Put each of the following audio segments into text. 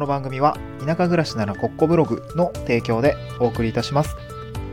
の番組は田舎暮らしならコッコブログの提供でお送りいたします。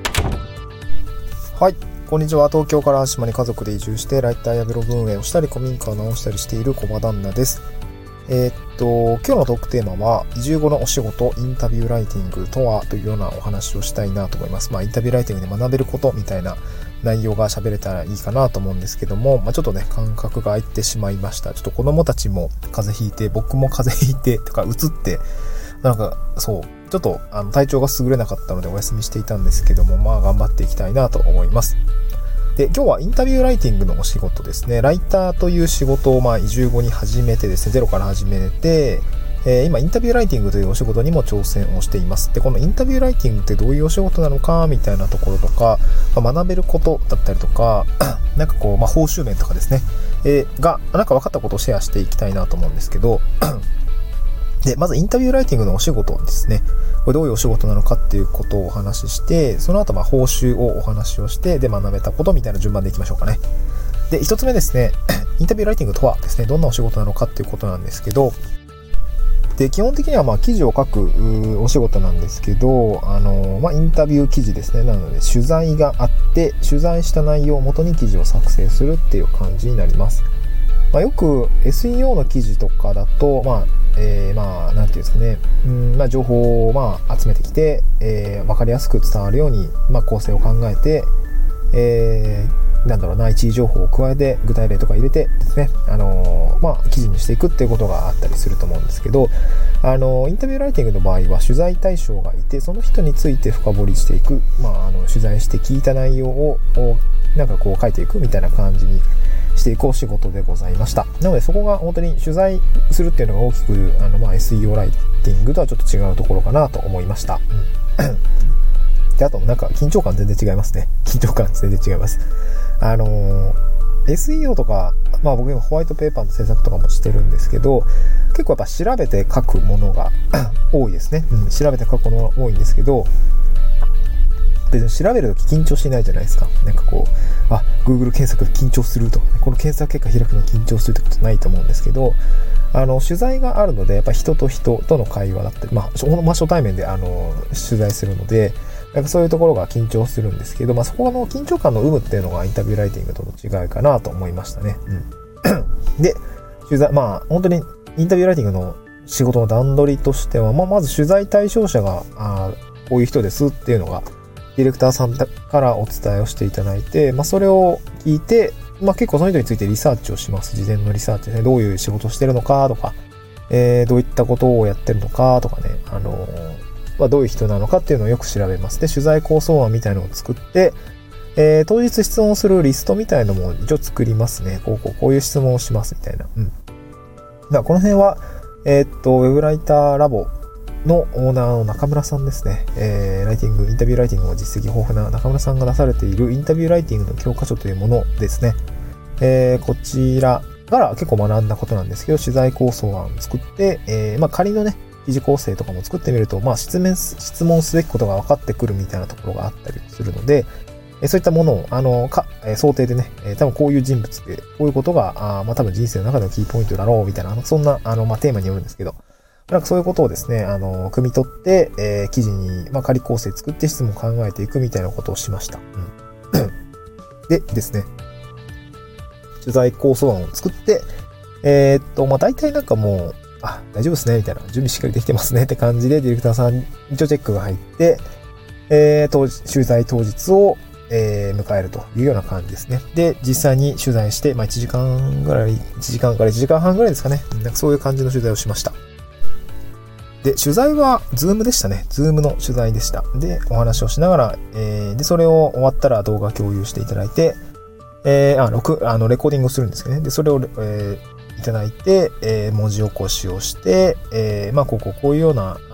はい、こんにちは。東京から島に家族で移住してライターやブログ運営をしたり古民家を直したりしている小場旦那です。今日のトークテーマは移住後のお仕事、インタビューライティングとはというようなお話をしたいなと思います。インタビューライティングで学べることみたいな内容が喋れたらいいかなと思うんですけども、ちょっとね、感覚が空いてしまいました。ちょっと子供たちも風邪ひいて、僕も風邪ひいて、とか移って、ちょっと体調が優れなかったのでお休みしていたんですけども、頑張っていきたいなと思います。で、今日はインタビューライティングのお仕事ですね。ライターという仕事を移住後に始めてですね、ゼロから始めて、今インタビューライティングというお仕事にも挑戦をしています。で、このインタビューライティングってどういうお仕事なのかみたいなところとか、学べることだったりとか、報酬面とかですね、が分かったことをシェアしていきたいなと思うんですけど、で、まずインタビューライティングのお仕事ですね。これどういうお仕事なのかっていうことをお話しして、その後報酬をお話をして、で、学べたことみたいな順番でいきましょうかね。で、一つ目ですね、インタビューライティングとはですね、どんなお仕事なのかっていうことなんですけど、で、基本的には記事を書くお仕事なんですけど、インタビュー記事ですね。なので、取材があって、取材した内容をもとに記事を作成するっていう感じになります。よく SEO の記事とかだと、なんていうんですかね、情報を集めてきて、わかりやすく伝わるように、構成を考えて、一時情報を加えて具体例とか入れてですね、記事にしていくっていうことがあったりすると思うんですけど、インタビューライティングの場合は取材対象がいて、その人について深掘りしていく、取材して聞いた内容を書いていくみたいな感じにしていくお仕事でございました。なのでそこが本当に取材するっていうのが大きくSEO ライティングとはちょっと違うところかなと思いました。で、あと緊張感全然違いますね。緊張感全然違います。SEO とか、僕今ホワイトペーパーの制作とかもしてるんですけど、結構やっぱ調べて書くものが多いですね。調べて書くものが多いんですけど、別に調べるとき緊張しないじゃないですか。Google 検索緊張するとかね、この検索結果開くの緊張するってことないと思うんですけど、取材があるので、やっぱ人と人との会話だったり、初対面で取材するので、そういうところが緊張するんですけど、そこの緊張感の有無っていうのがインタビューライティングとの違いかなと思いましたね。で、取材、本当にインタビューライティングの仕事の段取りとしては、まず取材対象者が、こういう人ですっていうのが、ディレクターさんからお伝えをしていただいて、それを聞いて、結構その人についてリサーチをします。事前のリサーチですね。どういう仕事をしてるのかとか、どういったことをやってるのかとかね、どういう人なのかっていうのをよく調べます。で、取材構想案みたいなのを作って、当日質問するリストみたいなのも一応作りますね。こういう質問をしますみたいな。この辺は、ウェブライターラボのオーナーの中村さんですね。インタビューライティングの実績豊富な中村さんが出されているインタビューライティングの教科書というものですね。こちらから結構学んだことなんですけど、取材構想案を作って、仮のね、記事構成とかも作ってみると、質問すべきことが分かってくるみたいなところがあったりするので、そういったものを、想定でね、多分こういう人物で、こういうことが、多分人生の中でのキーポイントだろう、みたいな、そんな、テーマによるんですけど、そういうことをですね、汲み取って、記事に、仮構成作って質問を考えていくみたいなことをしました。でですね、取材構想案を作って、大体もう、大丈夫ですね、みたいな、準備しっかりできてますねって感じで、ディレクターさん、一応チェックが入って、取材当日を、迎えるというような感じですね。で、実際に取材して、1時間から1時間半ぐらいですかね。そういう感じの取材をしました。で、取材はズームでしたね。ズームの取材でした。で、お話をしながら、で、それを終わったら動画共有していただいて、レコーディングをするんですけどね。で、それを、いただいて、文字起こしをして、こういうような、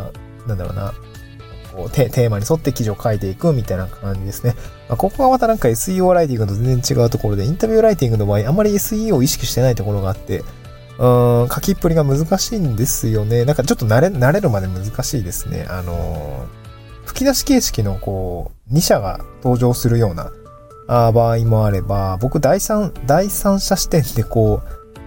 テーマに沿って記事を書いていくみたいな感じですね。ここはまたSEO ライティングと全然違うところで、インタビューライティングの場合、あんまり SEO を意識してないところがあって、書きっぷりが難しいんですよね。ちょっと慣れるまで難しいですね。吹き出し形式の2社が登場するような場合もあれば、僕第三者視点で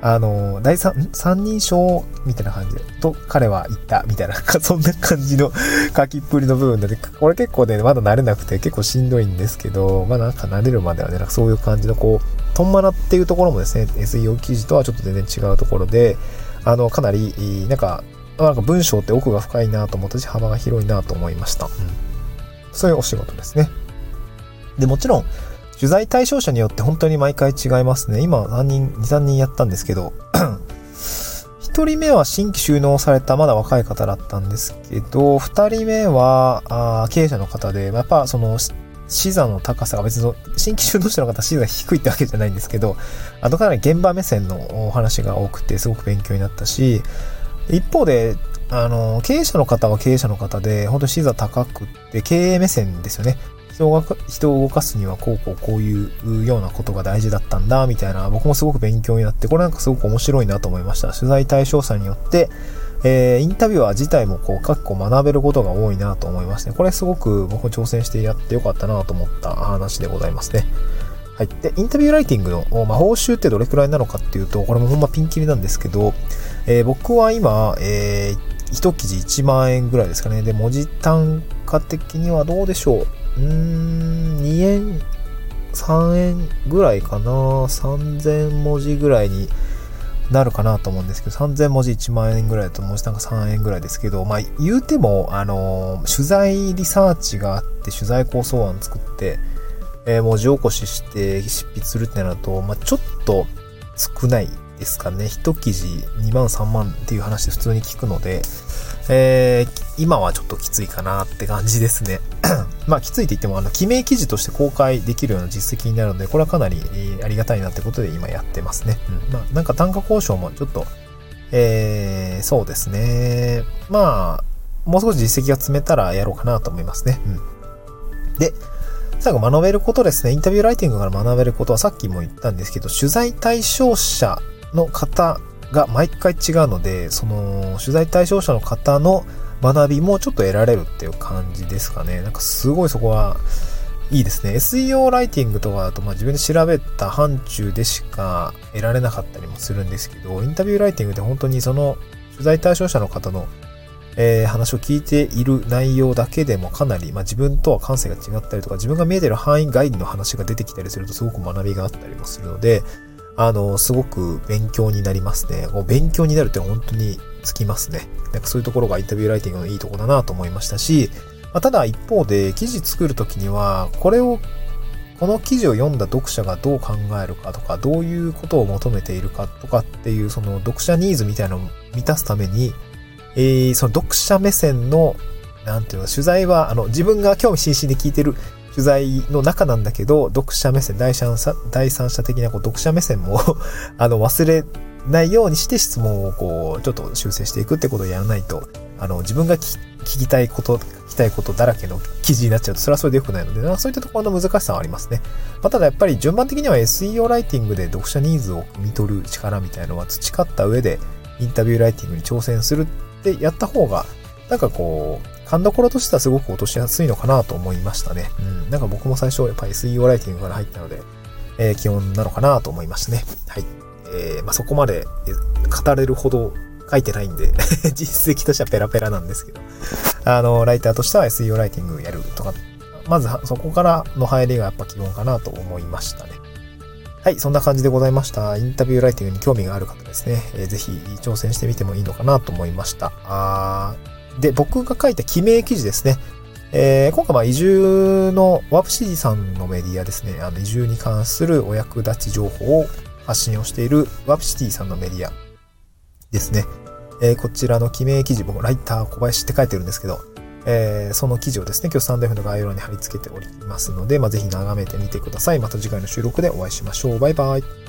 三人称みたいな感じで、と彼は言った、みたいな、そんな感じの書きっぷりの部分で、これ結構ね、まだ慣れなくて結構しんどいんですけど、まあなんか慣れるまではね、なんかそういう感じのトンマナっていうところもですね、SEO 記事とはちょっと全然違うところで、かなり、なんか文章って奥が深いなと思ったし、幅が広いなと思いました。そういうお仕事ですね。で、もちろん、取材対象者によって本当に毎回違いますね。今、2、3人やったんですけど、1人目は新規就農されたまだ若い方だったんですけど、2人目は経営者の方で、やっぱその、視座の高さが別に新規就農者の方視座が低いってわけじゃないんですけど、かなり現場目線のお話が多くてすごく勉強になったし、一方で、経営者の方は経営者の方で、本当に視座高くって経営目線ですよね。人を動かすにはこういうようなことが大事だったんだみたいな、僕もすごく勉強になって、これなんかすごく面白いなと思いました。取材対象者によって、インタビュアー自体も学べることが多いなと思いますね。これすごく僕も挑戦してやってよかったなと思った話でございますね。はい。で、インタビューライティングの、報酬ってどれくらいなのかっていうと、これもほんまピンキリなんですけど、僕は今、一記事1万円ぐらいですかね。で、文字単価的にはどうでしょう。2円、3円ぐらいかな。3000文字ぐらいになるかなと思うんですけど、3000文字1万円ぐらいだと文字単価3円ぐらいですけど、言うても、取材リサーチがあって、取材構想案作って、文字起こしして執筆するってなると、ちょっと少ないですかね。一記事2万3万っていう話で普通に聞くので、今はちょっときついかなって感じですね。きついって言っても、記名記事として公開できるような実績になるので、これはかなり、ありがたいなってことで今やってますね。なんか単価交渉もちょっと、そうですね。もう少し実績が積めたらやろうかなと思いますね。で、最後学べることですね。インタビューライティングから学べることはさっきも言ったんですけど、取材対象者の方が毎回違うので、その取材対象者の方の学びもちょっと得られるっていう感じですかね。なんかすごいそこはいいですね。SEO ライティングとかだと自分で調べた範疇でしか得られなかったりもするんですけど、インタビューライティングって本当にその取材対象者の方の話を聞いている内容だけでもかなり、自分とは感性が違ったりとか、自分が見えている範囲外の話が出てきたりするとすごく学びがあったりもするので、すごく勉強になりますね。勉強になるって本当につきますね。なんかそういうところがインタビューライティングのいいところだなと思いましたし、ただ一方で記事作るときには、この記事を読んだ読者がどう考えるかとか、どういうことを求めているかとかっていう、その読者ニーズみたいなのを満たすために、その読者目線の、取材は、自分が興味津々で聞いてる取材の中なんだけど、読者目線、第三者的な読者目線も忘れないようにして質問をちょっと修正していくってことをやらないと、自分が聞きたいことだらけの記事になっちゃうと、それはそれで良くないので、そういったところの難しさはありますね。ただやっぱり順番的には SEO ライティングで読者ニーズを汲み取る力みたいなのは培った上で、インタビューライティングに挑戦するってやった方が、勘どころとしてはすごく落としやすいのかなと思いましたね。なんか僕も最初やっぱり SEO ライティングから入ったので、基本なのかなと思いましたね。はい。そこまで語れるほど書いてないんで、実績としてはペラペラなんですけど、ライターとしては SEO ライティングやるとか、まずそこからの入りがやっぱ基本かなと思いましたね。はい、そんな感じでございました。インタビューライティングに興味がある方ですね、ぜひ挑戦してみてもいいのかなと思いました。で、僕が書いた記名記事ですね。今回移住のワープシティさんのメディアですね。移住に関するお役立ち情報を発信をしているワープシティさんのメディアですね。こちらの記名記事、僕ライター小林って書いてるんですけど、その記事をですね、今日スタンド F の概要欄に貼り付けておりますので、ぜひ眺めてみてください。また次回の収録でお会いしましょう。バイバイ。